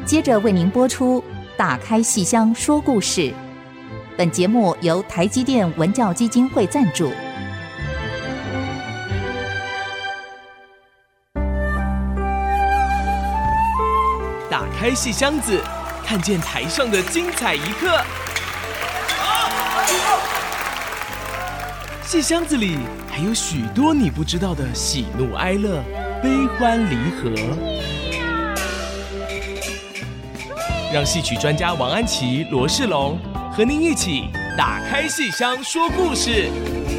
接着为您播出打开戏箱说故事。本节目由台积电文教基金会赞助。 打开戏箱子，看见台上的精彩一刻。戏箱子里还有许多你不知道的喜怒哀乐、悲欢离合。让戏曲专家王安琪、罗世龙和您一起打开戏箱说故事。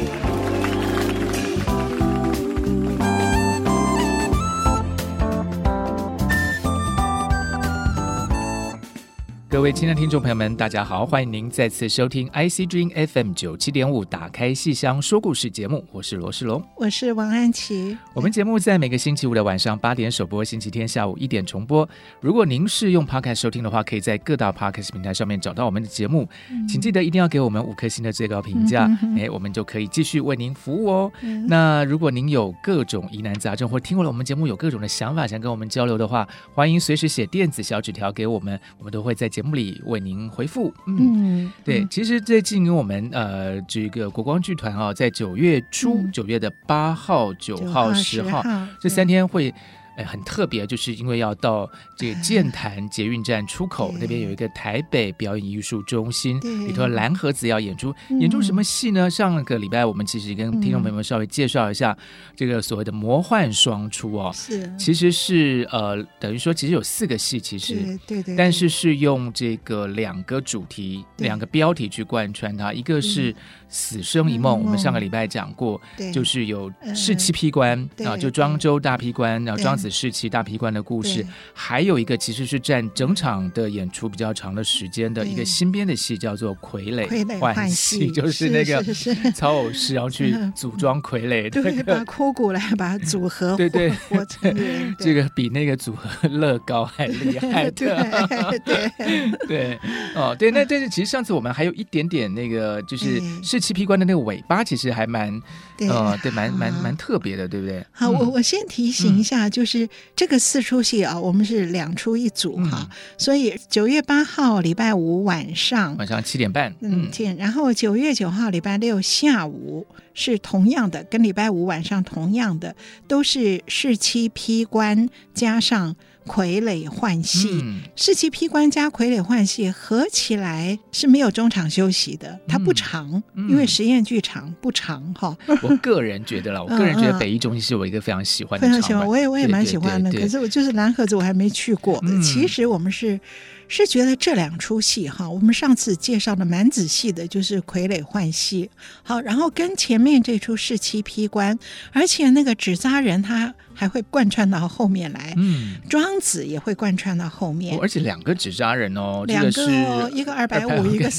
各位亲爱的听众朋友们，大家好，欢迎您再次收听 IC Dream FM 97.5打开戏箱说故事节目，我是罗世龙， 我是王安琪。 我们节目在每个星期五的晚上8点首播，星期天下午1点重播。如果您是用 Podcast 收听的话，可以在各大 Podcast 平台上面找到我们的节目，请记得一定要给我们5颗星的最高评价，我们就可以继续为您服务哦。那如果您有各种疑难杂症，或听过了我们节目有各种的想法想跟我们交流的话，欢迎随时写电子小纸条给我们，我们都会在节目里为您回复。对，其实最近我们这个国光剧团在9月初，9月的8号、9号、10号这3天会很特别，就是因为要到这个剑潭捷运站出口那边有一个台北表演艺术中心，里头蓝盒子要演出什么戏呢？上个礼拜我们其实跟听众朋友们稍微介绍一下这个所谓的魔幻双出是其实是等于说其实有4个戏，其实对，但是是用这个2个主题、2个标题去贯穿它，一个是死生一梦，我们上个礼拜讲过，就是有士七批官就庄周大批官，然后庄子士七大批官的故事，还有一个其实是占整场的演出比较长的时间的一个新编的戏，叫做傀儡换戏，就是那个操偶师然后去组装傀儡， 对，把枯骨来把它组合，对， 这个比那个组合乐高还厉害的，对，那但是其实上次我们还有一点点那个就是士七批官的那个尾巴，其实还蛮特别的，对不对？ 好，我先提醒一下，就是这个4出戏我们是2出1组所以9月8号礼拜五晚上 7点半， 然后9月9号礼拜六下午是同样的，跟礼拜五晚上同样的，都是士七批官加上傀儡换戏，士七批官加傀儡换戏合起来是没有中场休息的，它不长，因为实验剧场不长我个人觉得北艺中心是我一个非常喜欢的场馆， 我也蛮喜欢的，可是我就是蓝盒子我还没去过。其实我们是觉得这2出戏我们上次介绍的蛮仔细的，就是傀儡换戏，好，然后跟前面这出士七批官，而且那个纸扎人他还会贯穿到后面来，庄子也会贯穿到后面， 而且2个纸扎人 2个一个250，一个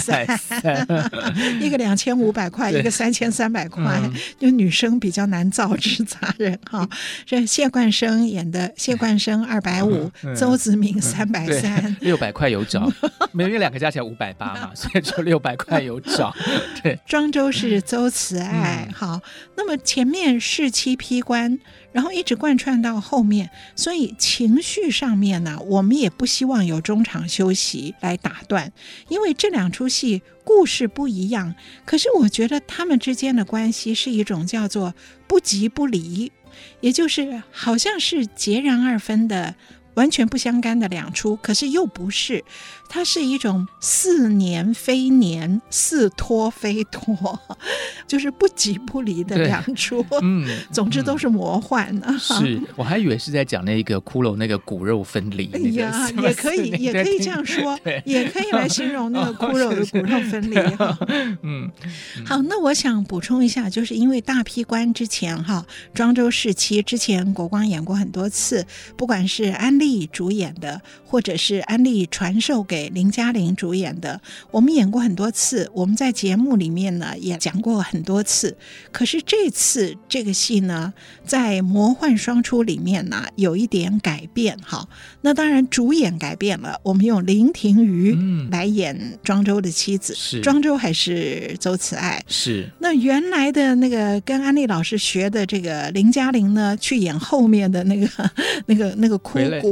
330，一个2500块，一个3300块，就女生比较难造纸扎人这谢冠生演的，谢冠生250，邹子敏330，600 块有找，没有，因为2个加起来580嘛，所以就600块有找。对， 庄周是邹慈爱，好，那么前面士七批官，然后一直贯穿到后面，所以情绪上面呢，我们也不希望有中场休息来打断，因为这2出戏故事不一样，可是我觉得他们之间的关系是一种叫做不即不离，也就是好像是截然2分的完全不相干的2出，可是又不是，它是一种似年非年，似拖非拖，就是不即不离的2出，总之都是魔幻是，我还以为是在讲那个骷髅那个骨肉分离， 也可以这样说，也可以来形容那个骷髅的骨肉分离好，那我想补充一下，就是因为大批官之前庄周士七之前国光演过很多次，不管是安利主演的，或者是安利传授给林嘉玲主演的，我们演过很多次，我们在节目里面呢也讲过很多次。可是这次这个戏呢，在魔幻双出里面呢有一点改变。好，那当然主演改变了，我们用林庭瑜来演庄周的妻子，庄周还是邹慈爱。是，那原来的那个跟安利老师学的这个林嘉玲呢，去演后面的那个枯骨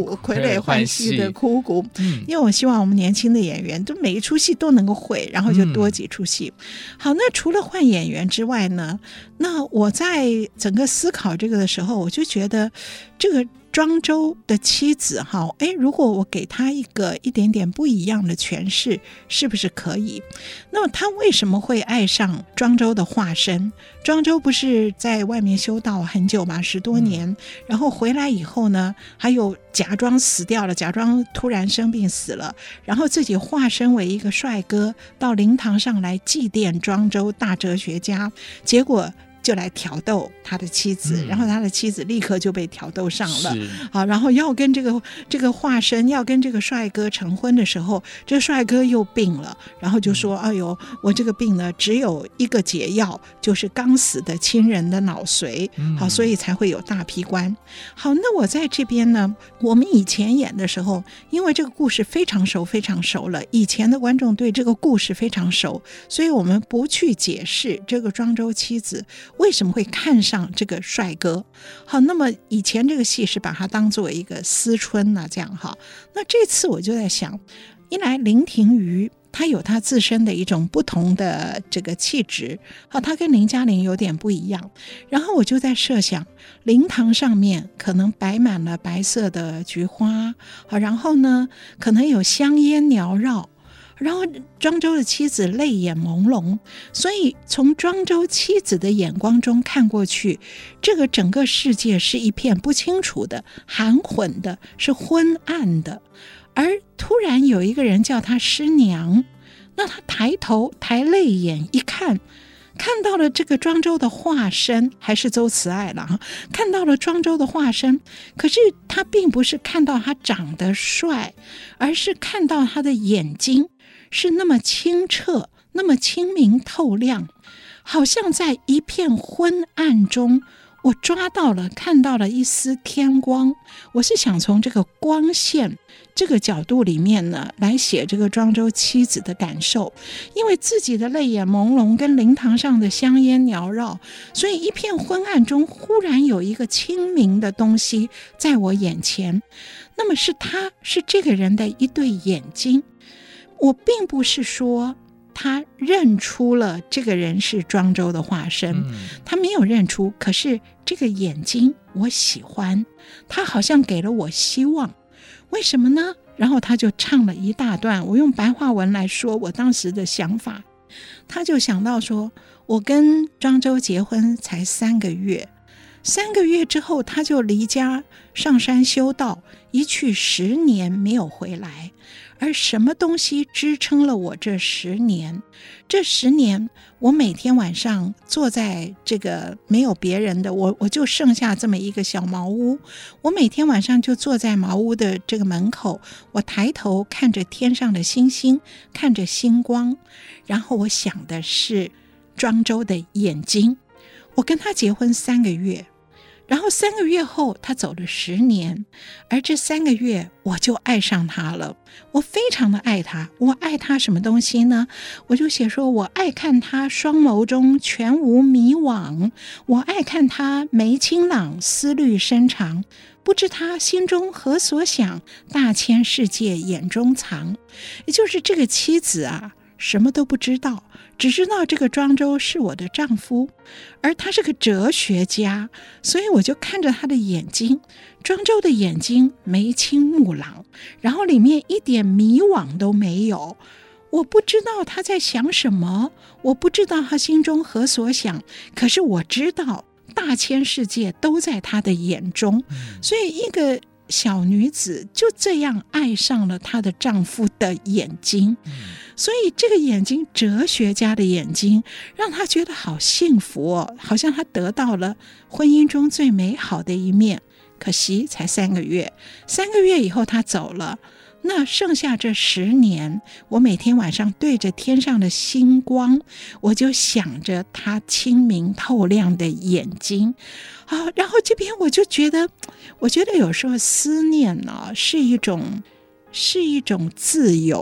鼓，傀儡换戏的枯骨。因为我希望我们年轻的演员都每一出戏都能够会，然后就多几出戏。好，那除了换演员之外呢，那我在整个思考这个的时候，我就觉得这个庄周的妻子哈，如果我给他一点点不一样的诠释，是不是可以？那么他为什么会爱上庄周的化身？庄周不是在外面修道很久嘛，10多年，然后回来以后呢，还有假装死掉了，假装突然生病死了，然后自己化身为一个帅哥到灵堂上来祭奠庄周大哲学家，结果就来挑逗他的妻子，然后他的妻子立刻就被挑逗上了。然后要跟这个化身要跟这个帅哥成婚的时候，这个帅哥又病了，然后就说哎呦，我这个病呢只有一个解药，就是刚死的亲人的脑髓。好，所以才会有大批官。好，那我在这边呢，我们以前演的时候，因为这个故事非常熟了，以前的观众对这个故事非常熟，所以我们不去解释这个庄周妻子为什么会看上这个帅哥。好，那么以前这个戏是把它当作一个思春这样哈。那这次我就在想，一来林庭瑜他有他自身的一种不同的这个气质，好，他跟林嘉玲有点不一样。然后我就在设想，灵堂上面可能摆满了白色的菊花，好，然后呢可能有香烟缭绕，然后庄周的妻子泪眼朦胧，所以从庄周妻子的眼光中看过去，这个整个世界是一片不清楚的、含混的，是昏暗的。而突然有一个人叫他师娘，那他抬头抬泪眼一看，看到了这个庄周的化身，还是周慈爱了，看到了庄周的化身，可是他并不是看到他长得帅，而是看到他的眼睛是那么清澈，那么清明透亮，好像在一片昏暗中，我看到了一丝天光。我是想从这个光线这个角度里面呢，来写这个庄周妻子的感受。因为自己的泪眼朦胧跟灵堂上的香烟缭绕，所以一片昏暗中忽然有一个清明的东西在我眼前。那么是这个人的一对眼睛。我并不是说他认出了这个人是庄周的化身，他没有认出，可是这个眼睛我喜欢，他好像给了我希望。为什么呢？然后他就唱了一大段，我用白话文来说我当时的想法。他就想到说，我跟庄周结婚才3个月，3个月之后他就离家上山修道，一去10年没有回来。而什么东西支撑了我这10年？这10年我每天晚上坐在这个没有别人的，我就剩下这么一个小茅屋，我每天晚上就坐在茅屋的这个门口，我抬头看着天上的星星，看着星光，然后我想的是庄周的眼睛。我跟他结婚3个月，然后3个月后他走了10年，而这3个月我就爱上他了。我非常的爱他。我爱他什么东西呢？我就写说，我爱看他双眸中全无迷惘，我爱看他眉清朗思虑深长，不知他心中何所想，大千世界眼中藏。也就是这个妻子啊，什么都不知道，只知道这个庄周是我的丈夫，而他是个哲学家，所以我就看着他的眼睛。庄周的眼睛眉清目朗，然后里面一点迷惘都没有。我不知道他在想什么，我不知道他心中何所想，可是我知道大千世界都在他的眼中。所以一个小女子就这样爱上了她的丈夫的眼睛。所以这个眼睛，哲学家的眼睛，让她觉得好幸福哦，好像她得到了婚姻中最美好的一面。可惜才3个月，3个月以后她走了，那剩下这10年，我每天晚上对着天上的星光，我就想着她清明透亮的眼睛。然后这边我就觉得有时候思念呢，是一种自由，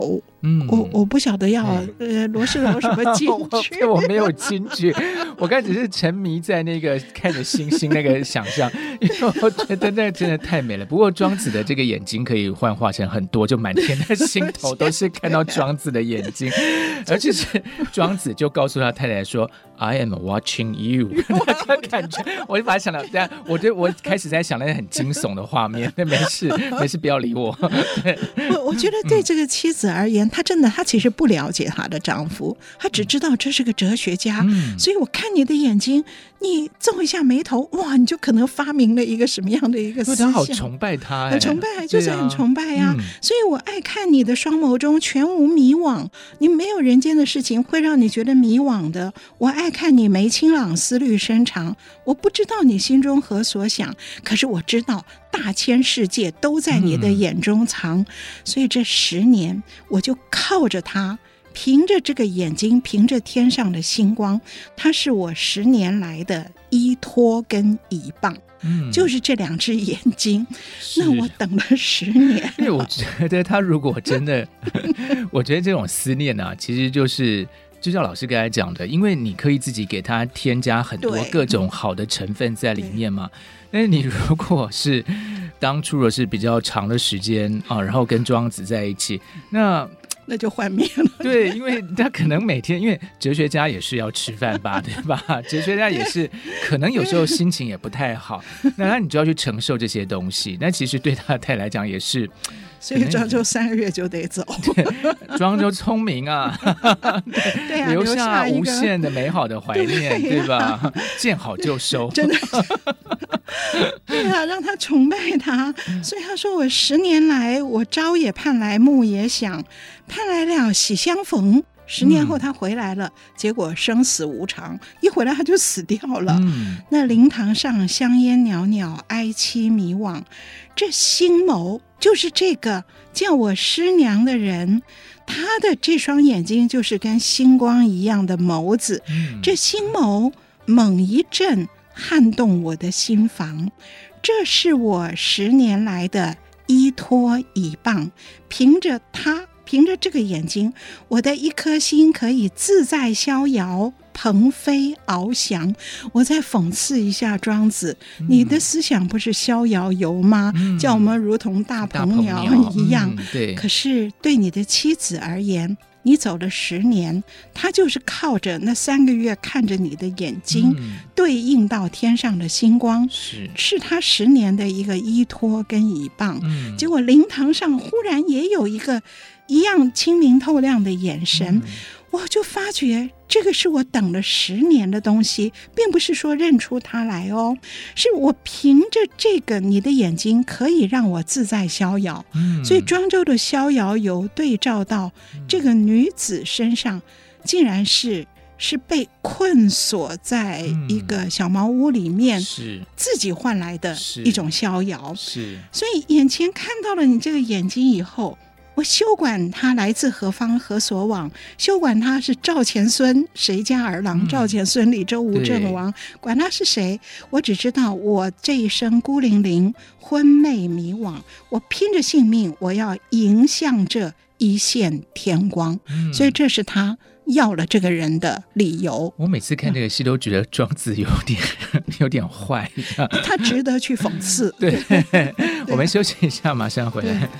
我不晓得要罗世龙什么金句我没有金句，我刚才只是沉迷在那个看着星星那个想象，因为我觉得那真的太美了。不过庄子的这个眼睛可以幻化成很多，就满天的星头都是看到庄子的眼睛，而且是庄子就告诉他太太说 I am watching you 那感觉我就把它想到这样，我开始在想那很惊悚的画面，没事不要理我。 我觉得对这个妻子而言，她其实不了解她的丈夫，她只知道这是个哲学家，所以我看你的眼睛，你皱一下眉头，哇，你就可能发明了一个什么样的一个思想。 好崇拜他， 很崇拜，就是很崇拜呀。所以我爱看你的双眸中全无迷惘，你没有人间的事情会让你觉得迷惘的。我爱看你眉清朗，思虑深长。我不知道你心中何所想，可是我知道大千世界都在你的眼中藏。所以这10年，我就靠着它，凭着这个眼睛，凭着天上的星光，它是我10年来的依托跟倚傍。就是这2只眼睛，那我等了10年。 因为我觉得他如果真的我觉得这种思念啊，其实就像老师刚才讲的，因为你可以自己给他添加很多各种好的成分在里面嘛。但是你如果是当初的是比较长的时间啊，然后跟庄子在一起， 那就幻灭了。 对，因为他可能每天，因为哲学家也是要吃饭吧，对吧？哲学家也是可能有时候心情也不太好，那你就要去承受这些东西。那其实对他的太太来讲也是， 所以庄周3个月就得走。 庄周聪明啊， 对啊， 留下无限的美好的怀念，对吧？见好就收，真的。 对啊，让他崇拜他。所以他说，我10年来，我朝也盼来，暮也想，盼来了喜相逢。10年后他回来了，结果生死无常，一回来他就死掉了。那灵堂上香烟袅袅，哀戚迷惘。这星眸就是这个叫我师娘的人，他的这双眼睛就是跟星光一样的眸子。这星眸猛一阵，撼动我的心房。这是我10年来的依托倚傍，凭着它，凭着这个眼睛，我的一颗心可以自在逍遥，鹏飞翱翔。我再讽刺一下庄子，你的思想不是逍遥游吗？叫我们如同大鹏鸟一样。 对。 可是对你的妻子而言，你走了10年，他就是靠着那3个月看着你的眼睛，对应到天上的星光，是他10年的一个依托跟倚傍。结果灵堂上忽然也有一个一样清明透亮的眼神，我就发觉这个是我等了10年的东西，并不是说认出他来哦，是我凭着这个你的眼睛可以让我自在逍遥。所以庄周的逍遥游对照到这个女子身上，竟然是被困锁在一个小茅屋里面，自己换来的一种逍遥。所以眼前看到了你这个眼睛以后，我休管他来自何方何所往，休管他是赵钱孙谁家儿郎，赵钱孙李周吴郑王，管他是谁，我只知道我这一生孤零零昏昧迷惘，我拼着性命，我要迎向这一线天光。所以这是他要了这个人的理由。 我每次看这个戏都觉得庄子有点坏， 他值得去讽刺。 对，我们休息一下，马上回来。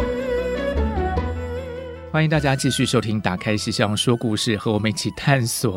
欢迎大家继续收听打开戏箱说故事，和我们一起探索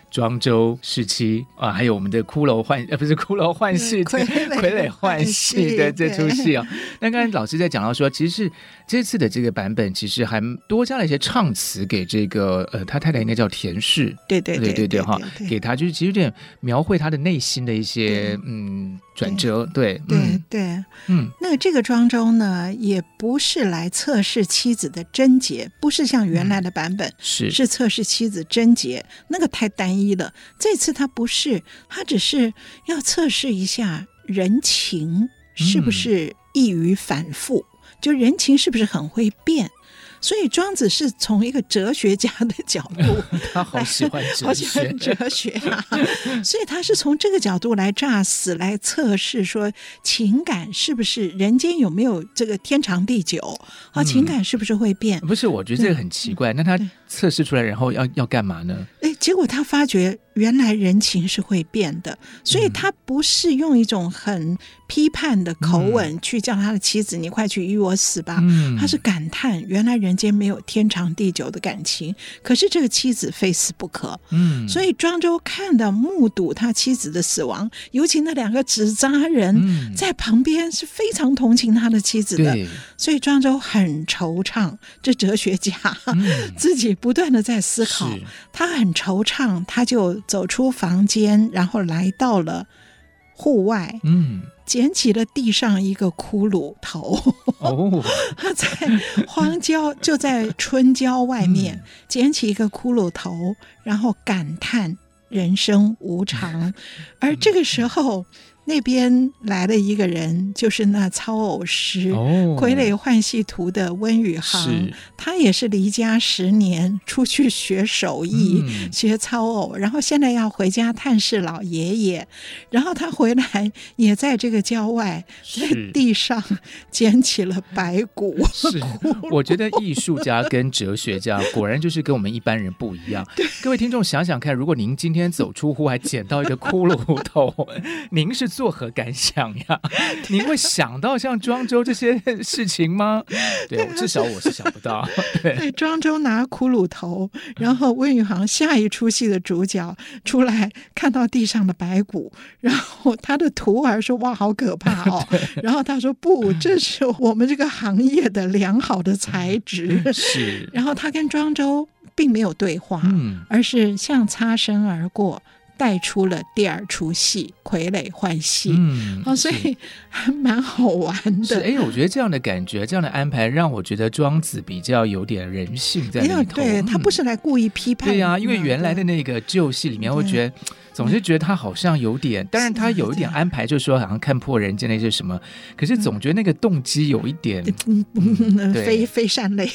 庄周侍妻啊，还有我们的不是骷髅换戏，傀儡换戏的这出戏啊。那刚才老师在讲到说，其实是这次的这个版本，其实还多加了一些唱词给这个他太太应该叫田氏，对哈，给他就是其实有点描绘他的内心的一些转折，对， 那这个庄周呢，也不是来测试妻子的贞洁，不是像原来的版本是测试妻子贞洁，那个太单一了。这次他不是，他只是要测试一下人情是不是易于反复，就人情是不是很会变。所以庄子是从一个哲学家的角度他好喜欢哲学啊所以他是从这个角度来诈死，来测试说情感是不是人间有没有这个天长地久情感是不是会变。 不是，我觉得这个很奇怪，那他测试出来然后要干嘛呢？ 结果他发觉原来人情是会变的，所以他不是用一种很批判的口吻去叫他的妻子你快去与我死吧，他是感叹原来人间没有天长地久的感情，可是这个妻子非死不可。所以庄周看到目睹他妻子的死亡，尤其那两个纸扎人在旁边是非常同情他的妻子的，所以庄周很惆怅。这哲学家自己不断的在思考，他很惆怅，他就走出房间，然后来到了户外，捡起了地上一个骷髅头他在荒郊，就在春郊外面捡起一个骷髅头，然后感叹人生无常。而这个时候那边来了一个人，就是那操偶师傀儡换戏图的温宇航，他也是离家10年出去学手艺，学操偶，然后现在要回家探视老爷爷，然后他回来也在这个郊外在地上捡起了白骨。 是我觉得艺术家跟哲学家果然就是跟我们一般人不一样。各位听众想想看，如果您今天走出户外捡到一个骷髅头您是作何感想呀？您会想到像庄周这些事情吗？对，至少我是想不到。 对，庄周拿骷髅头，然后温宇航下一出戏的主角出来看到地上的白骨，然后他的徒儿说哇好可怕哦，然后他说不，这是我们这个行业的良好的材质。 是， 然后他跟庄周并没有对话，而是像擦身而过，带出了第二出戏傀儡换戏。所以还蛮好玩的。 我觉得这样的感觉，这样的安排让我觉得庄子比较有点人性在里头。 对，他不是来故意批判。 对啊，因为原来的那个旧戏里面会觉得总是觉得他好像有点，当然他有一点安排，就是说好像看破人间的一些什么，可是总觉得那个动机有一点非善类。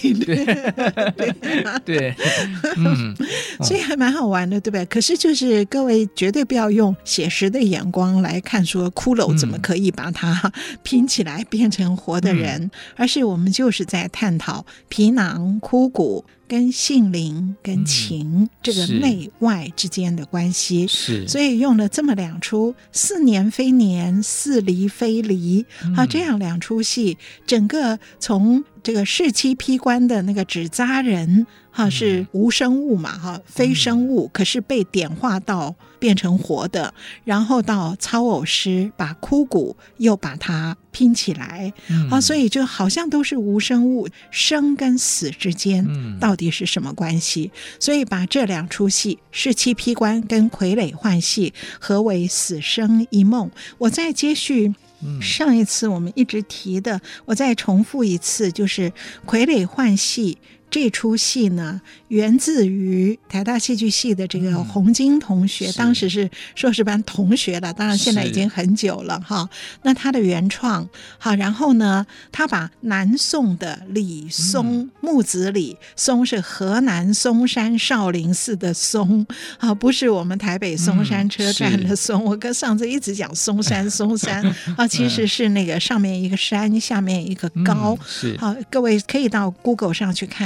对所以还蛮好玩的，对不对？可是就是各位绝对不要用写实的眼光来看说骷髅怎么可以把它拼起来变成活的人，而是我们就是在探讨皮囊枯骨跟性灵跟情这个内外之间的关系。所以用了这么两出4年非年4离非离这样两出戏，整个从这个侍妻披冠的那个纸扎人是无生物嘛非生物，可是被点化到变成活的，然后到操偶师把枯骨又把它拼起来所以就好像都是无生物，生跟死之间到底是什么关系？所以把这两出戏侍妻披冠跟傀儡换戏合为死生一梦。我再接续上一次我们一直提的，我再重复一次，就是傀儡换戏这出戏呢，源自于台大戏剧系的这个洪金同学，当时是硕士班同学了，当然现在已经很久了那他的原创然后呢，他把南宋的李松木子李松是河南嵩山少林寺的松不是我们台北松山车站的松。我跟上次一直讲嵩山其实是那个上面一个山下面一个高各位可以到 Google 上去看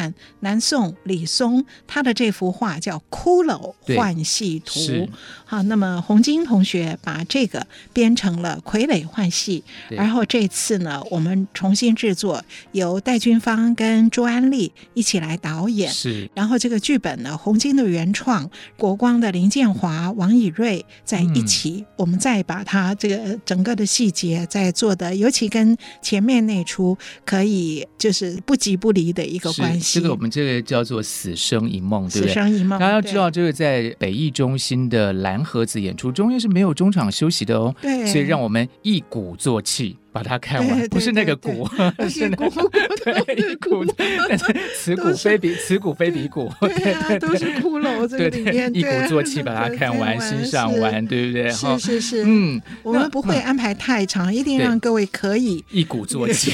看南宋李松他的这幅画叫《骷髅换戏图》。好，那么洪金同学把这个编成了《傀儡换戏》，然后这次呢我们重新制作，由戴君芳跟朱安丽一起来导演。 是， 然后这个剧本呢，洪金的原创，国光的林建华、王以瑞在一起，我们再把它这个整个的细节再做的，尤其跟前面那出可以就是不即不离的一个关系。 这个我们这个叫做死生一梦，对不对？ 死生一梦， 大家要知道，这个在北艺中心的蓝盒子演出中间是没有中场休息的哦， 对， 所以让我们一鼓作气把它看完，不是那个鼓，是那个对一鼓，但是此鼓非彼鼓， 对啊，都是骷髅这个里面， 一鼓作气把它看完、欣赏完，对不对？ 是，我们不会安排太长，一定让各位可以一鼓作气。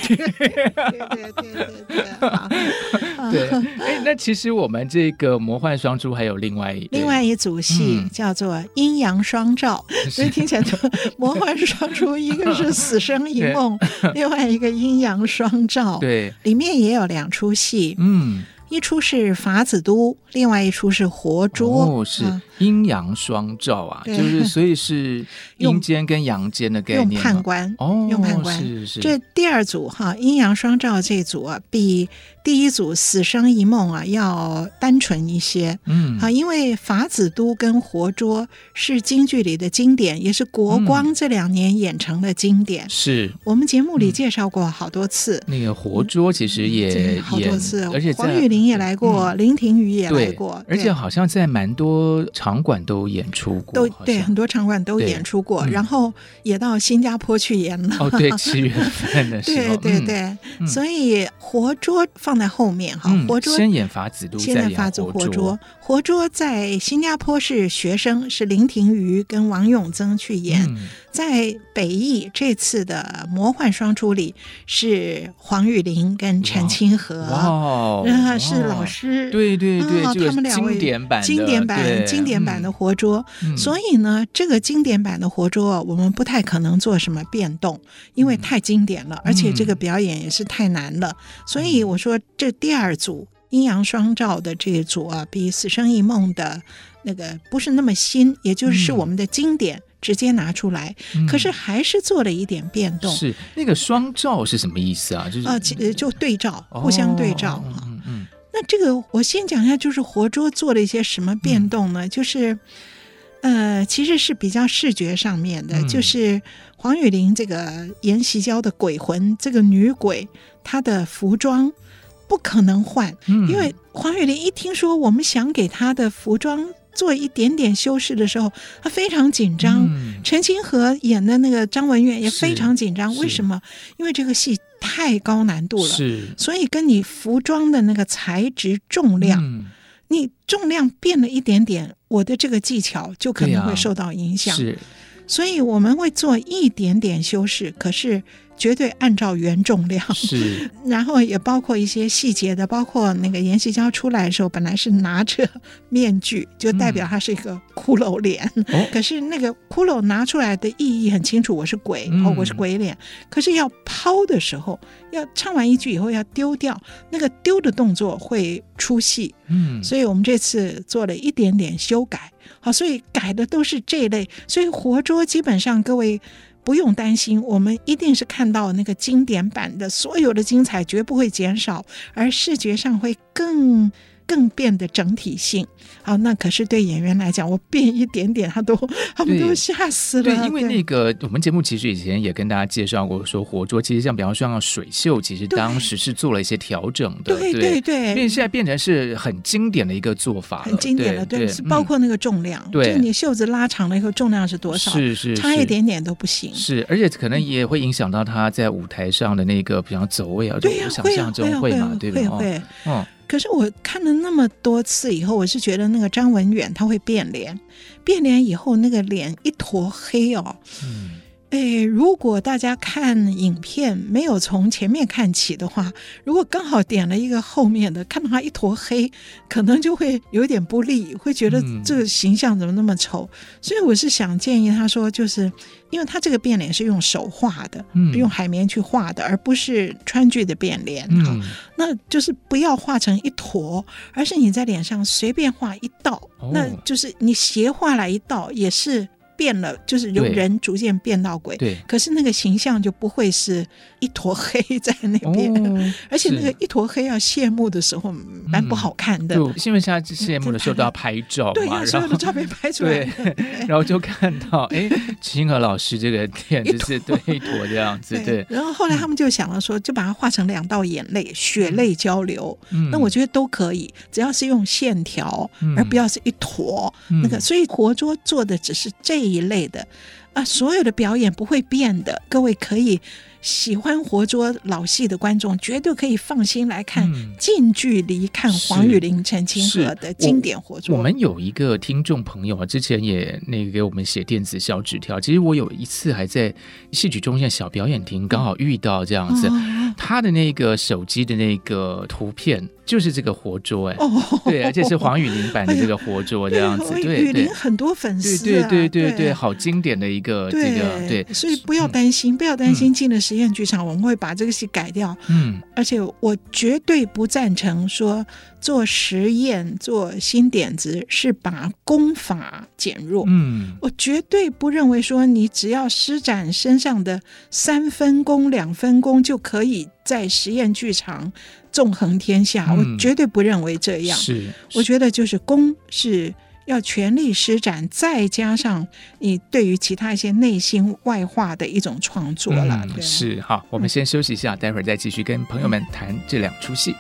对，那其实我们这个魔幻双珠还有另外一组戏叫做阴阳双照，所以听起来魔幻双珠一个是死生一梦，另外一个阴阳双照， 对， 里面也有2出戏，一出是法子都，另外一出是活捉， 是阴阳双照啊，就是所以是阴间跟阳间的概念， 用判官，用判官， 是这第2组阴阳双照这组啊，比第一组死生一梦啊要单纯一些，因为法子都跟活捉是京剧里的经典，也是国光这2年演成的经典， 是我们节目里介绍过好多次， 那个活捉其实也好多次， 而且黄玉玲也来过，林庭瑜也来过， 而且好像在蛮多场馆都演出过， 对，很多场馆都演出过，然后也到新加坡去演了。 对，7月份的时候， 对，所以活捉放在后面活捉先演法子都， 先演法子活捉。活捉在新加坡是学生，是林庭瑜跟王永增去演，在北艺这次的魔幻双珠里是黄玉玲跟陈清河，是老师， 对， 他们2位经典版的活捉，所以呢这个经典版的活捉我们不太可能做什么变动，因为太经典了，而且这个表演也是太难了，所以我说这第2组阴阳双照的这一组啊，比死生一梦的那个不是那么新，也就是我们的经典直接拿出来，可是还是做了一点变动。 是那个双照是什么意思啊？就是就对照，互相对照那这个我先讲一下，就是活捉做了一些什么变动呢？就是其实是比较视觉上面的，就是黄雨玲这个阎锡娇的鬼魂，这个女鬼她的服装不可能换，因为黄雨玲一听说我们想给她的服装做一点点修饰的时候，她非常紧张。陈清河演的那个张文远也非常紧张，为什么？因为这个戏太高难度了，所以跟你服装的那个材质重量，你重量变了一点点，我的这个技巧就可能会受到影响，所以我们会做一点点修饰，可是绝对按照原重量，然后也包括一些细节的，包括那个阎锡娇出来的时候本来是拿着面具，就代表他是一个骷髅脸，可是那个骷髅拿出来的意义很清楚，我是鬼，我是鬼脸，可是要抛的时候，要唱完一句以后要丢掉，那个丢的动作会出戏，所以我们这次做了一点点修改，好，所以改的都是这一类，所以活捉基本上各位不用担心，我们一定是看到那个经典版的所有的精彩，绝不会减少，而视觉上会更变得整体性。好，那可是对演员来讲，我变一点点他们都吓死了。 对，因为那个我们节目其实以前也跟大家介绍过，说活捉其实像比方说像水袖，其实当时是做了一些调整的。对，因为现在变成是很经典的一个做法了， 很经典了。对，是包括那个重量，对，就你袖子拉长了以后重量是多少，是差一点点都不行。 是，而且可能也会影响到他在舞台上的那个比方走位啊， 对呀， 我想象中会嘛，对吧？ 会。可是我看了那么多次以后，我是觉得那个张文远他会变脸以后那个脸一坨黑如果大家看影片没有从前面看起的话，如果刚好点了一个后面的，看到他一坨黑，可能就会有点不利，会觉得这个形象怎么那么丑。所以我是想建议他说，就是因为他这个变脸是用手画的，用海绵去画的，而不是川剧的变脸，那就是不要画成一坨，而是你在脸上随便画一道，那就是你斜画来一道也是变了，就是由人逐渐变到鬼，对，可是那个形象就不会是一坨黑在那边，而且那个一坨黑要谢幕的时候蛮不好看的， 因为现在谢幕的时候都要拍照嘛， 对呀，所有的照片拍出来， 对，然后就看到清河老师这个脸就是对一坨这样子，对， 然后后来他们就想了说，就把它画成2道眼泪，血泪交流，那我觉得都可以，只要是用线条，而不要是一坨，那个，所以活捉做的只是这一类的所有的表演不会变的，各位可以喜欢活捉老戏的观众绝对可以放心来看，近距离看黄雨玲、陈清河的经典活捉。 我们有一个听众朋友之前也给我们写电子小纸条，其实我有一次还在戏曲中心小表演厅刚好遇到这样子，他的那个手机的那个图片就是这个活捉，对，而且是黄雨玲版的这个活捉这样子，对， 雨玲很多粉丝， 对，好经典的一个这个，对， 所以不要担心，进了实验剧场我们会把这个戏改掉，而且我绝对不赞成说做实验做新点子是把功法减弱，我绝对不认为说你只要施展身上的3分功2分功就可以在实验剧场纵横天下，我绝对不认为这样，我觉得就是功是要全力施展，再加上你对于其他一些内心外化的一种创作了， 是，好，我们先休息一下，待会儿再继续跟朋友们谈这2出戏。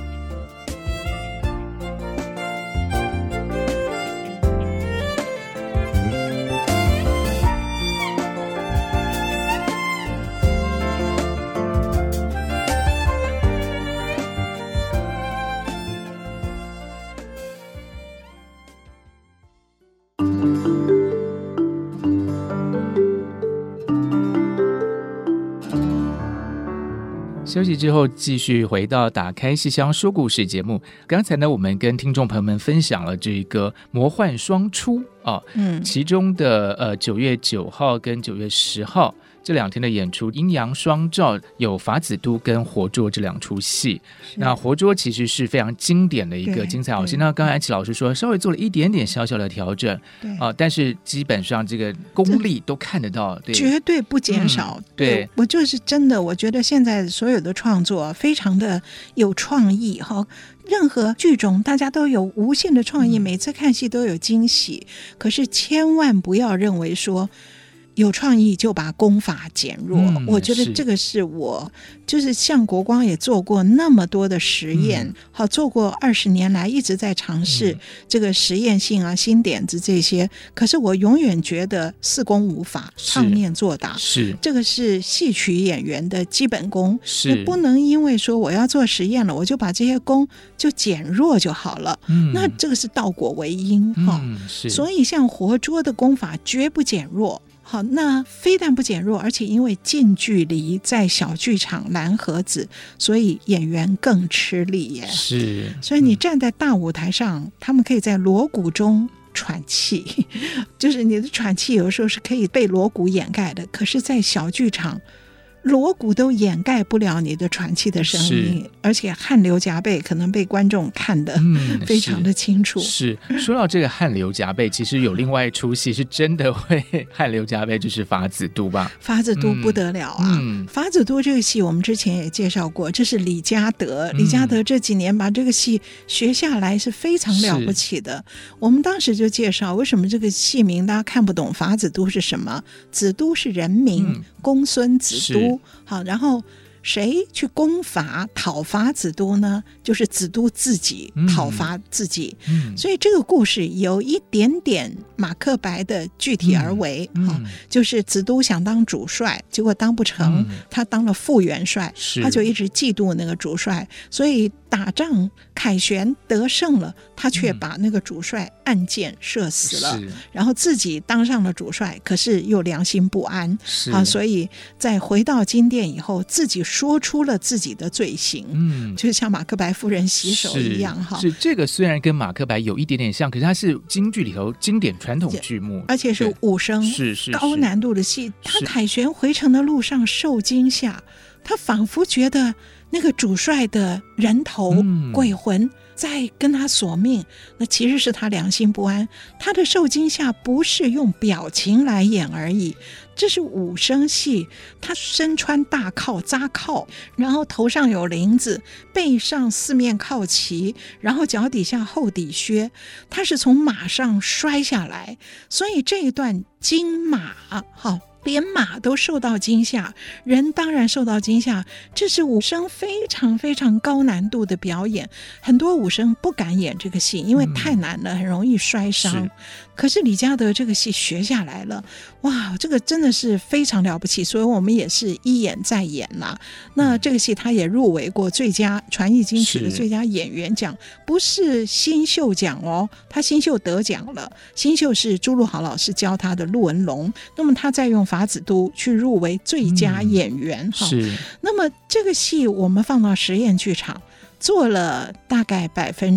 休息之后继续回到打开戏箱说故事节目。刚才呢我们跟听众朋友们分享了这个魔幻双出其中的9月9号跟9月10号这2天的演出，阴阳双照，有法子都跟活捉这2出戏。那活捉其实是非常经典的一个精彩好戏，那刚才安琪老师说稍微做了一点点小小的调整，但是基本上这个功力都看得到，对， 绝对不减少，对，我就是真的我觉得现在所有的创作非常的有创意任何剧种大家都有无限的创意，每次看戏都有惊喜，可是千万不要认为说有创意就把功法减弱，我觉得这个是我就是像国光也做过那么多的实验，做过20年来一直在尝试这个实验性新点子这些，可是我永远觉得4功5法，唱念做打，是这个是戏曲演员的基本功，是不能因为说我要做实验了我就把这些功就减弱就好了，那这个是倒果为因所以像活捉的功法绝不减弱。好，那非但不减弱，而且因为近距离在小剧场蓝盒子，所以演员更吃力耶。是，所以你站在大舞台上，他们可以在锣鼓中喘气，就是你的喘气有的时候是可以被锣鼓掩盖的，可是在小剧场锣鼓都掩盖不了你的喘气的声音，而且汗流浃背可能被观众看得非常的清楚。是， 说到这个汗流浃背，其实有另外一出戏是真的会汗流浃背，就是法子都吧。 法子都不得了啊！法子都这个戏我们之前也介绍过，这是李嘉德，李嘉德这几年把这个戏学下来是非常了不起的。我们当时就介绍为什么这个戏名大家看不懂，法子都是什么？子都是人名，公孙子都。好，然后谁去攻伐讨伐子都呢？就是子都自己讨伐自己。所以这个故事有一点点马克白的具体而为，就是子都想当主帅，结果当不成，他当了副元帅，他就一直嫉妒那个主帅，所以打仗凯旋得胜了，他却把那个主帅暗箭射死了，然后自己当上了主帅，可是又良心不安所以在回到金殿以后，自己说出了自己的罪行，就像马克白夫人洗手一样是这个虽然跟马克白有一点点像，可是它是京剧里头经典传统剧目， 而且是武生，是高难度的戏。他凯旋回城的路上受惊吓，他仿佛觉得那个主帅的人头鬼魂在跟他索命，那其实是他良心不安。他的受惊吓不是用表情来演而已，这是武生戏，他身穿大靠扎靠，然后头上有翎子，背上四面靠旗，然后脚底下厚底靴，他是从马上摔下来，所以这一段惊马连马都受到惊吓，人当然受到惊吓，这是武生非常非常高难度的表演，很多武生不敢演这个戏，因为太难了，很容易摔伤。可是李嘉德这个戏学下来了，哇，这个真的是非常了不起，所以我们也是一演再演啦。那这个戏他也入围过最佳传艺金曲的最佳演员奖，不是新秀奖哦，他新秀得奖了，新秀是朱陆豪老师教他的陆文龙，那么他再用法子都去入围最佳演员是。 那么这个戏我们放到实验剧场做了大概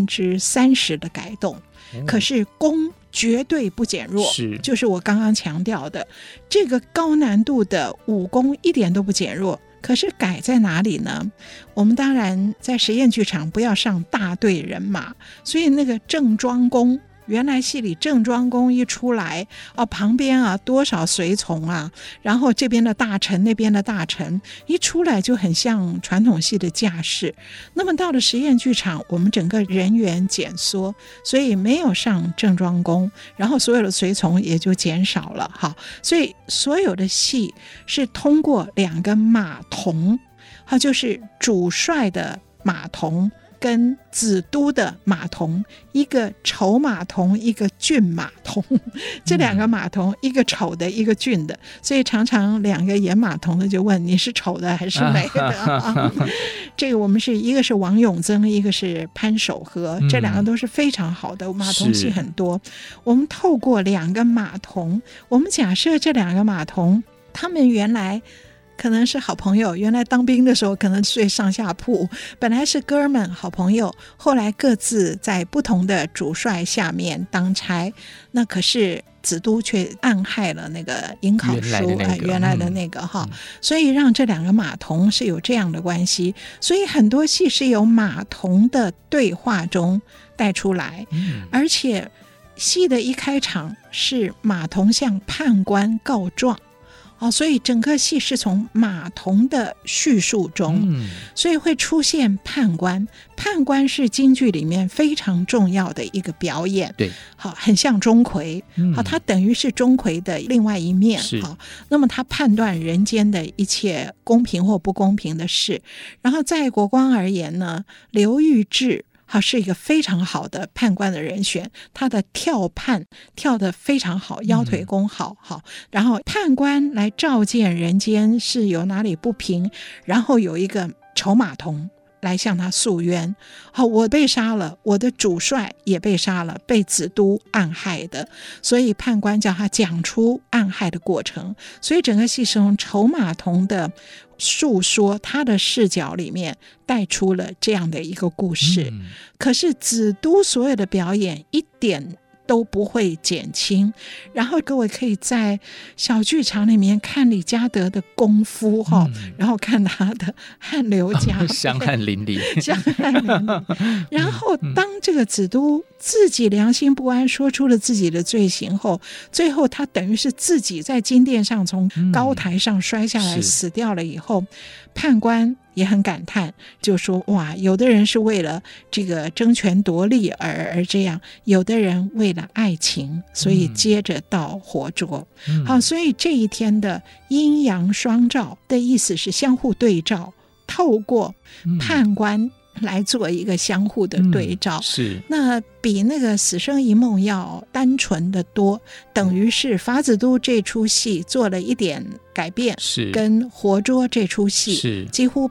30%的改动，可是功绝对不减弱，就是我刚刚强调的，这个高难度的武功一点都不减弱。可是改在哪里呢？我们当然在实验剧场不要上大队人马，所以那个郑庄公，原来戏里郑庄公一出来旁边多少随从然后这边的大臣那边的大臣一出来就很像传统戏的架势。那么到了实验剧场，我们整个人员减缩，所以没有上郑庄公，然后所有的随从也就减少了所以所有的戏是通过2个马童，就是主帅的马童跟子都的马童，一个丑马童一个俊马童，这2个马童，一个丑的一个俊的，所以常常2个演马童的就问你是丑的还是美的这个我们是一个是王永增，一个是潘守和，这2个都是非常好的马童戏很多。我们透过2个马童，我们假设这2个马童他们原来可能是好朋友，原来当兵的时候可能睡上下铺，本来是哥们好朋友，后来各自在不同的主帅下面当差，那可是子都却暗害了那个尹考叔原来的那个所以让这2个马童是有这样的关系，所以很多戏是由马童的对话中带出来，而且戏的一开场是马童向判官告状所以整个戏是从马童的叙述中所以会出现判官，判官是京剧里面非常重要的一个表演， 对， 很像钟馗他等于是钟馗的另外一面那么他判断人间的一切公平或不公平的事。然后在国光而言呢，刘玉志是一个非常好的判官的人选，他的跳判跳得非常好，腰腿功好然后判官来照见人间是有哪里不平，然后有一个丑马童来向他诉冤我被杀了，我的主帅也被杀了，被子都暗害的，所以判官叫他讲出暗害的过程。所以整个戏是从丑马童的述说他的视角里面带出了这样的一个故事可是子都所有的表演一点都不会减轻，然后各位可以在小剧场里面看李嘉德的功夫然后看他的汗流浃背香汗淋漓然后当这个子都自己良心不安说出了自己的罪行后，最后他等于是自己在金殿上从高台上摔下来死掉了以后，判官也很感叹，就说哇，有的人是为了这个争权夺利而这样，有的人为了爱情，所以接着到活捉好，所以这一天的阴阳双照的意思是相互对照， 透过判官来做一个相互的对照， 是那比那个死生一梦要单纯的多，等于是法子都这出戏做了一点改变， 是跟活捉这出戏是几乎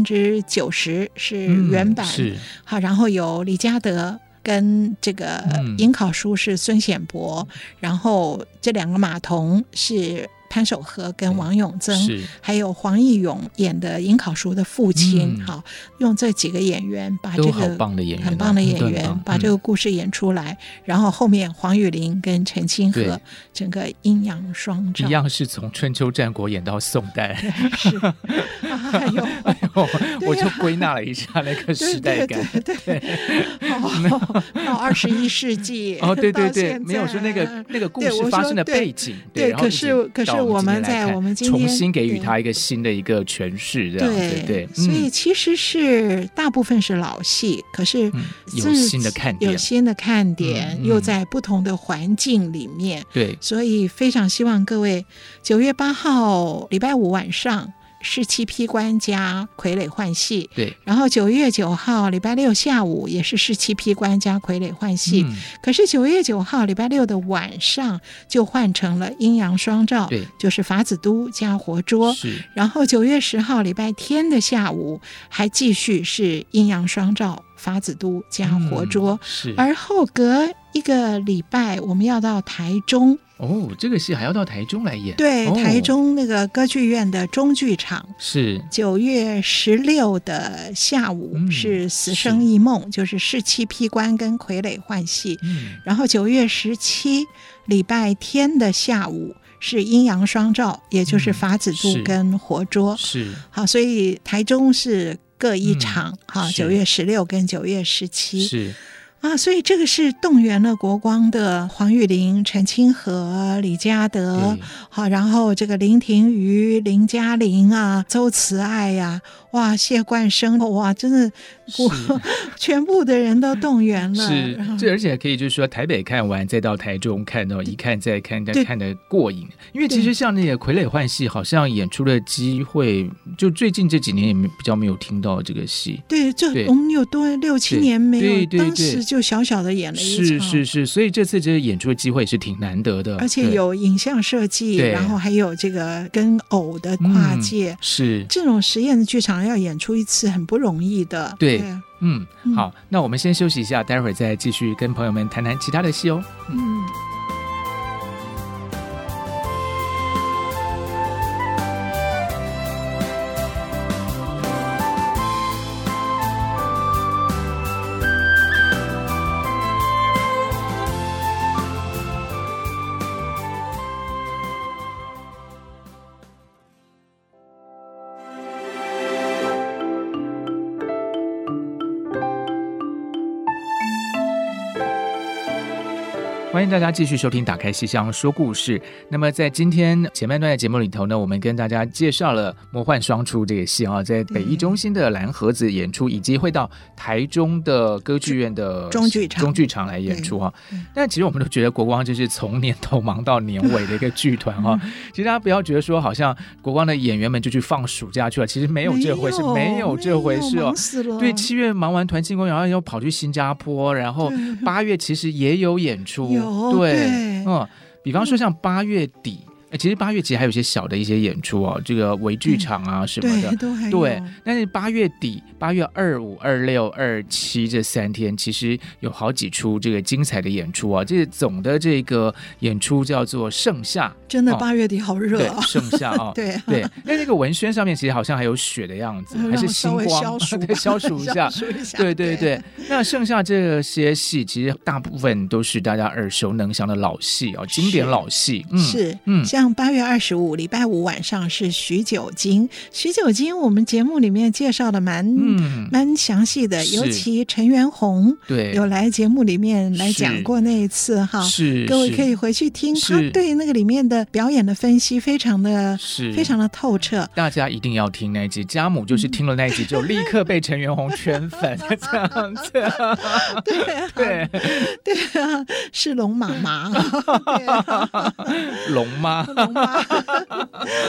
90%是原版， 是好，然后有李嘉德跟这个尹考叔是孙显博，然后这两个马童是潘守和跟王永增，还有黄义勇演的尹考叔的父亲，好，用这几个演员把这个很棒的演员， 很棒的演员把这个故事演出来，然后后面黄玉玲跟陈清河整个阴阳双照， 一样是从春秋战国演到宋代， 是哎呦我就归纳了一下那个时代感， 对，到21世纪对，没有说那个故事发生的背景， 对，可是我们今天重新给予它一个新的一个诠释，这样子，对， 所以其实是大部分是老戏，可是有新的看点， 又在不同的环境里面， 对， 所以非常希望各位9月8号礼拜五晚上17批官加傀儡换戏， 对， 然后9月9号礼拜六下午也是17批官加傀儡换戏，可是9月9号礼拜六的晚上就换成了阴阳双照， 对， 就是法子都加活捉， 是， 然后9月10号礼拜天的下午还继续是阴阳双照法子都加活捉， 是， 而后隔一个礼拜我们要到台中。 这个戏还要到台中来演？ 对，台中那个歌剧院的中剧场是 9月16的下午是死生一梦，就是17批官跟傀儡换戏，然后9月17礼拜天的下午是阴阳双照，也就是法子都跟活捉， 是， 好，所以台中是各一场，好，9月16跟9月17 是。 所以这个是动员了国光的黄玉玲、陈清河、李嘉德，好，然后这个林庭瑜、林嘉玲啊、周慈爱呀，哇，谢冠生，哇，真的全部的人都动员了。 是，这而且可以就是说台北看完再到台中看到一看再看，再看得过瘾。因为其实像那个傀儡换戏，好像演出的机会，就最近这几年也比较没有听到这个戏。 对，就我们有多6、7年没有，当时就小小的演了一场， 是，所以这次这个演出的机会是挺难得的， 而且有影像设计，然后还有这个跟偶的跨界， 是这种实验的剧场要演出一次很不容易的。 对，好，那我们先休息一下，待会儿再继续跟朋友们谈谈其他的戏哦。欢迎大家继续收听打开戏箱说故事。那么在今天前半段的节目里头呢，我们跟大家介绍了魔幻双出这个戏啊，在北艺中心的蓝盒子演出，以及会到台中的歌剧院的中剧场来演出哈。但其实我们都觉得国光就是从年头忙到年尾的一个剧团哈。其实大家不要觉得说好像国光的演员们就去放暑假去了，其实没有这回事，没有这回事哦。对，7月忙完团庆公演，然后又跑去新加坡，然后8月其实也有演出。对，比方说像8月底，其实8月其实还有一些小的一些演出哦，这个微剧场啊什么的，对，但是8月底8月25、26、27这3天，其实有好几出这个精彩的演出啊。这总的这个演出叫做盛夏， 真的8月底好热啊， 盛夏啊， 对， 那个文宣上面其实好像还有雪的样子，还是星光消暑一下，对。那盛夏这些戏其实大部分都是大家耳熟能详的老戏啊，经典老戏， 像8月25礼拜五晚上是许九金，我们节目里面介绍的蛮详细的，尤其陈元洪有来节目里面来讲过那一次哈，各位可以回去听，他对那个里面的表演的分析非常的透彻， 大家一定要听那一集。家母就是听了那一集之后立刻被陈元洪圈粉这样子对啊，是龙妈妈龙妈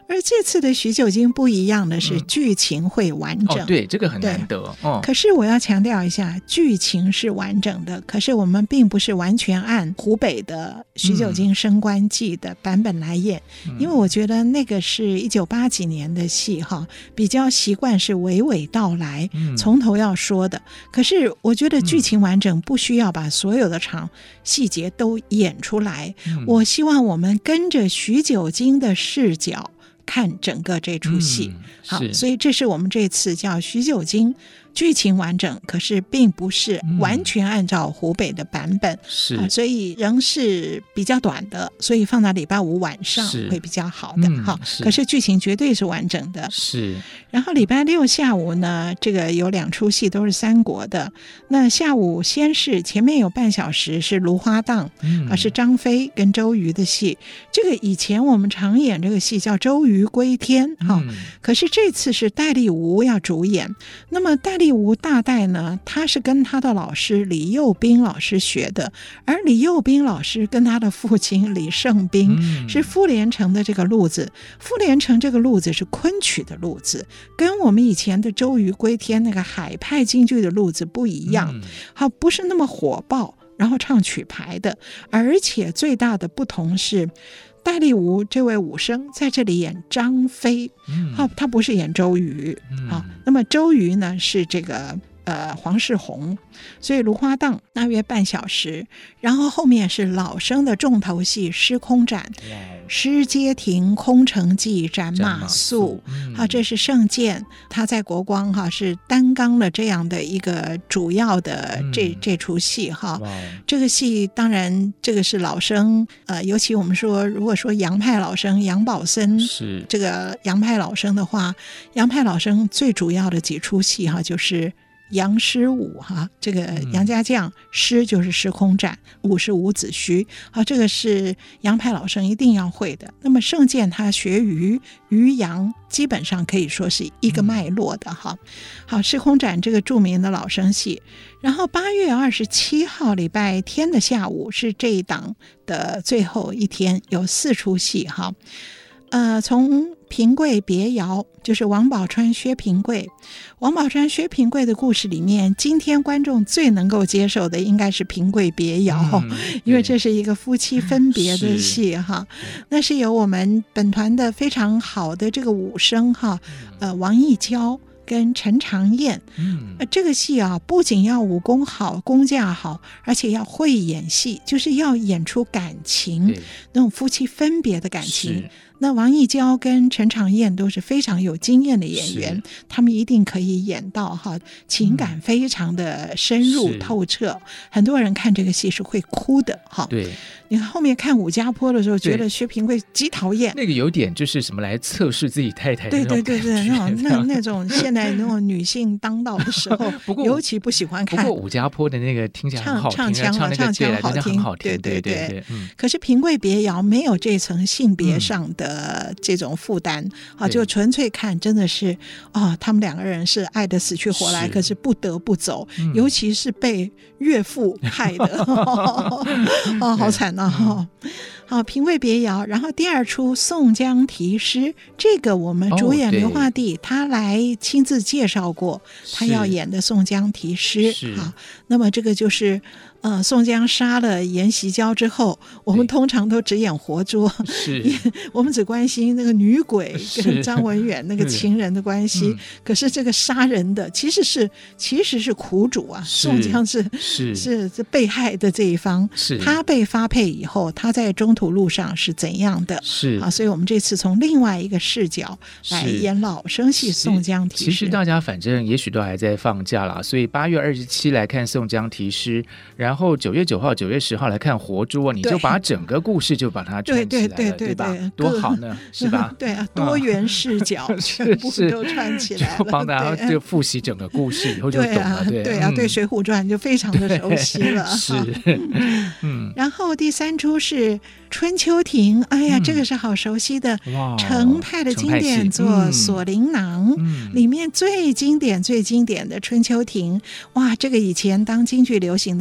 而这次的许久经不一样的是剧情会完整， 对，这个很难得可是我要强调一下，剧情是完整的，可是我们并不是完全按湖北的许久经升官记的版本来演，因为我觉得那个是1980几年的戏比较习惯是娓娓道来，从头要说的。可是我觉得剧情完整不需要把所有的场细节都演出来，我希望我们跟着许久经的视角看整个这出戏。好，所以这是我们这次叫许久经剧情完整，可是并不是完全按照湖北的版本，所以仍是比较短的，所以放到礼拜五晚上会比较好的。可是剧情绝对是完整的。 是。 然后礼拜六下午呢，这个有2出戏都是三国的。那下午先是前面有半小时是芦花荡，是张飞跟周瑜的戏。这个以前我们常演这个戏叫周瑜归天，可是这次是戴立吾要主演。那么戴立吾大戴呢，他是跟他的老师李幼斌老师学的，而李幼斌老师跟他的父亲李胜斌是傅连城的这个路子。傅连城这个路子是昆曲的路子，跟我们以前的周瑜归天那个海派京剧的路子不一样，不是那么火爆然后唱曲牌的。而且最大的不同是戴立吾这位武生在这里演张飞，他不是演周瑜。那么周瑜呢是这个黄世宏，所以芦花荡大约半小时，然后后面是老生的重头戏施空斩，施阶亭空城计斩马谡，这是盛鉴他在国光是担纲了这样的一个主要的这出戏这个戏当然这个是老生，尤其我们说如果说杨派老生杨宝森是这个杨派老生的话，杨派老生最主要的几出戏就是杨师武这个杨家将，师就是施空斩，武是伍子胥这个是杨派老生一定要会的。那么盛鉴他学于杨，基本上可以说是一个脉络的好，施空斩这个著名的老生戏。然后8月27号礼拜天的下午是这一档的最后一天，有4出戏从平贵别窑，就是王宝钏薛平贵。王宝钏薛平贵的故事里面，今天观众最能够接受的应该是平贵别窑，因为这是一个夫妻分别的戏那是由我们本团的非常好的这个武生王义娇跟陈长燕，这个戏不仅要武功好功架好，而且要会演戏，就是要演出感情，那种夫妻分别的感情。那王义娇跟陈长燕都是非常有经验的演员，他们一定可以演到情感非常的深入透彻，很多人看这个戏是会哭的对， 你看后面看武家坡的时候，觉得薛平贵极讨厌， 那个有点就是什么来测试自己太太的那种感觉，那种现在那种女性当道的时候尤其不喜欢看。 不过武家坡的那个听起来很好听，唱腔好听，对。可是平贵别窑没有这层性别上的这种负担就纯粹看真的是他们2个人是爱得死去活来，可是不得不走，尤其是被岳父害的好惨好，平贵别窑。然后第2出宋江题诗，这个我们主演刘化第他来亲自介绍过他要演的宋江题诗那么这个就是宋江杀了阎锡交之后，我们通常都只演活捉，我们只关心那个女鬼跟张文远那个情人的关系，可是这个杀人的其实是苦主宋江是被害的这一方，他被发配以后，他在中途路上是怎样的，所以我们这次从另外一个视角来演老生戏宋江题诗。 其实大家反正也许都还在放假啦，所以8月27来看宋江题诗，然后9月9号、9月10号来看活捉，你就把整个故事就把它串起来了，对吧？多好呢，是吧？ 对多元视角全部都串起来了， 就帮大家就复习整个故事以后就懂了。 对水浒传就非常的熟悉了。然后第3出是春秋亭，哎呀，这个是好熟悉的程派的经典作《锁麟囊》里面最经典的春秋亭。哇，这个以前当京剧流行的时候，我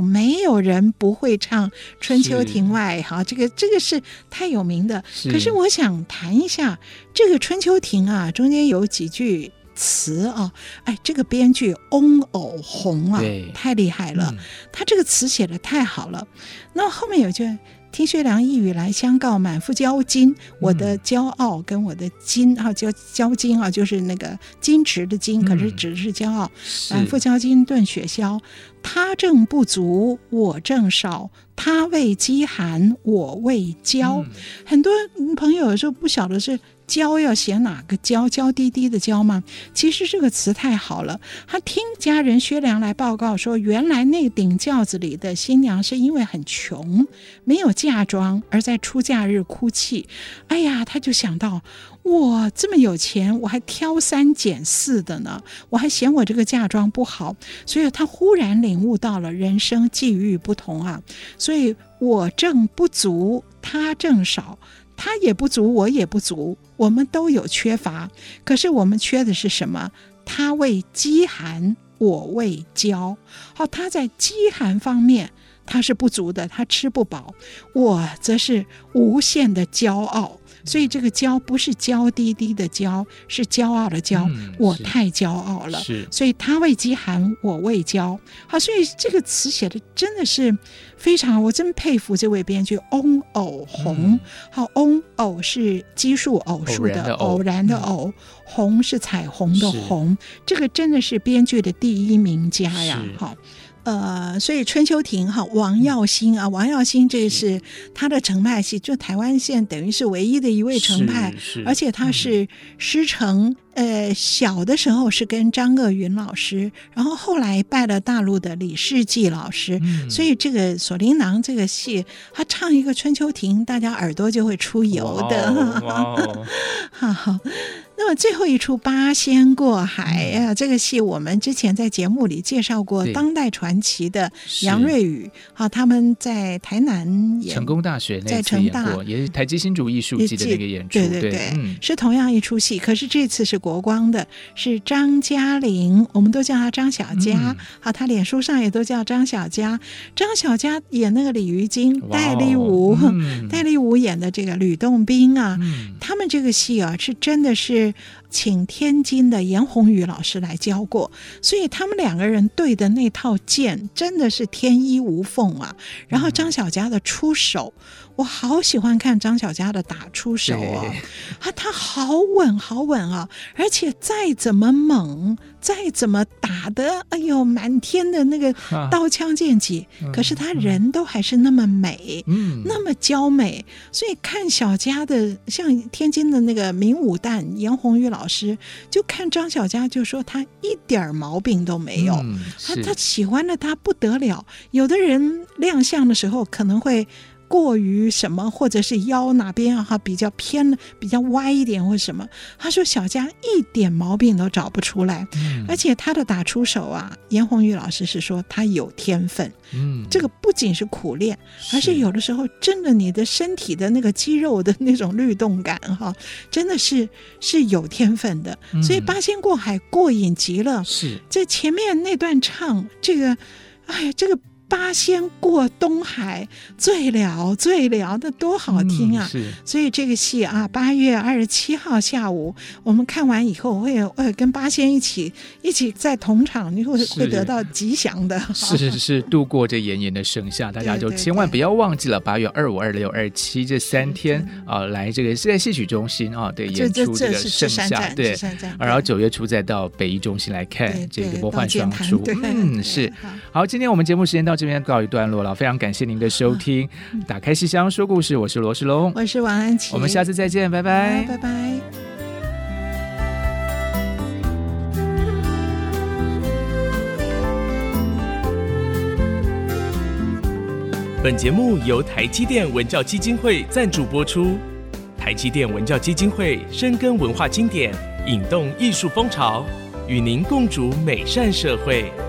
没有人不会唱春秋庭外，好，这个是太有名的。可是我想谈一下这个春秋庭啊，中间有几句词啊，哎，这个编剧翁偶虹啊，太厉害了，他这个词写得太好了。那后面有句听薛良一语来相告，满腹骄矜，我的骄傲跟我的矜啊，骄矜啊，就是那个矜持的矜，可是只是骄傲。满腹骄矜顿雪消，他正不足，我正少。他为饥寒，我为骄。很多朋友有时候不晓得是骄要写哪个骄，娇滴滴的骄吗？其实这个词太好了。他听家人薛良来报告说，原来那顶轿子里的新娘是因为很穷，没有嫁妆，而在出嫁日哭泣。哎呀，他就想到，我这么有钱，我还挑3拣4的呢，我还嫌我这个嫁妆不好，所以他忽然领悟到了人生际遇不同啊。所以我正不足，他正少，他也不足，我也不足，我们都有缺乏。可是我们缺的是什么？他为饥寒，我为骄。好，他在饥寒方面他是不足的，他吃不饱，我则是无限的骄傲。所以这个骄不是娇滴滴的骄，是骄傲的骄，我太骄傲了，所以他为饥寒，我为骄。好，所以这个词写的真的是非常，我真佩服这位编剧翁偶虹。好，翁偶是奇数偶数的偶然的偶，虹是彩虹的虹，这个真的是编剧的第一名家呀。好，所以春秋庭哈，王耀星啊，王耀星这是他的程派戏，就台湾县等于是唯一的一位程派，而且他是师承。小的时候是跟张鄂云老师，然后后来拜了大陆的李世济老师，所以这个锁麟囊这个戏，他唱一个春秋庭，大家耳朵就会出油的。好，那么最后一出八仙过海啊，这个戏我们之前在节目里介绍过，当代传奇的杨瑞宇，好，他们在台南成功大学那次演过，也是台积新竹艺术季的那个演出， 对，是同样一出戏，可是这次是国光的，是张嘉玲，我们都叫她张小佳，好，她脸书上也都叫张小佳。张小佳演那个李鱼精，戴立武演的这个吕洞宾啊，他们这个戏啊是真的是请天津的严宏宇老师来教过，所以他们两个人对的那套剑真的是天衣无缝啊。然后张小佳的出手，我好喜欢看张小佳的打出手哦，他好稳啊，而且再怎么猛，再怎么打的，哎呦满天的那个刀枪剑戟，可是他人都还是那么美，那么娇美。所以看小佳的，像天津的那个名武旦严宏宇老师，就看张小佳就说他一点毛病都没有，他喜欢的他不得了。有的人亮相的时候可能会过于什么，或者是腰哪边比较偏比较歪一点或什么，他说小佳一点毛病都找不出来，而且他的打出手啊，严宏宇老师是说他有天分，这个不仅是苦练，而是有的时候真的你的身体的那个肌肉的那种律动感真的是有天分的，所以八仙过海过瘾极了。是这前面那段唱这个，哎呀，这个八仙过东海，醉了，那多好听啊！所以这个戏啊，8月27号下午，我们看完以后会跟八仙一起在同场，你会得到吉祥的。 是度过这炎炎的盛夏，大家就千万不要忘记了8月25、26、27这3天来这个是在戏曲中心对演出这个盛夏，对，然后9月初再到北艺中心来看这个魔幻双出。是好，今天我们节目时间到这边告一段落了，非常感谢您的收听。打开戏箱说故事，我是罗世龙， 我是王安琪， 我们下次再见，拜拜， 拜拜。 本节目由台积电文教基金会赞助播出。台积电文教基金会深耕文化经典，引动艺术风潮，与您共筑美善社会。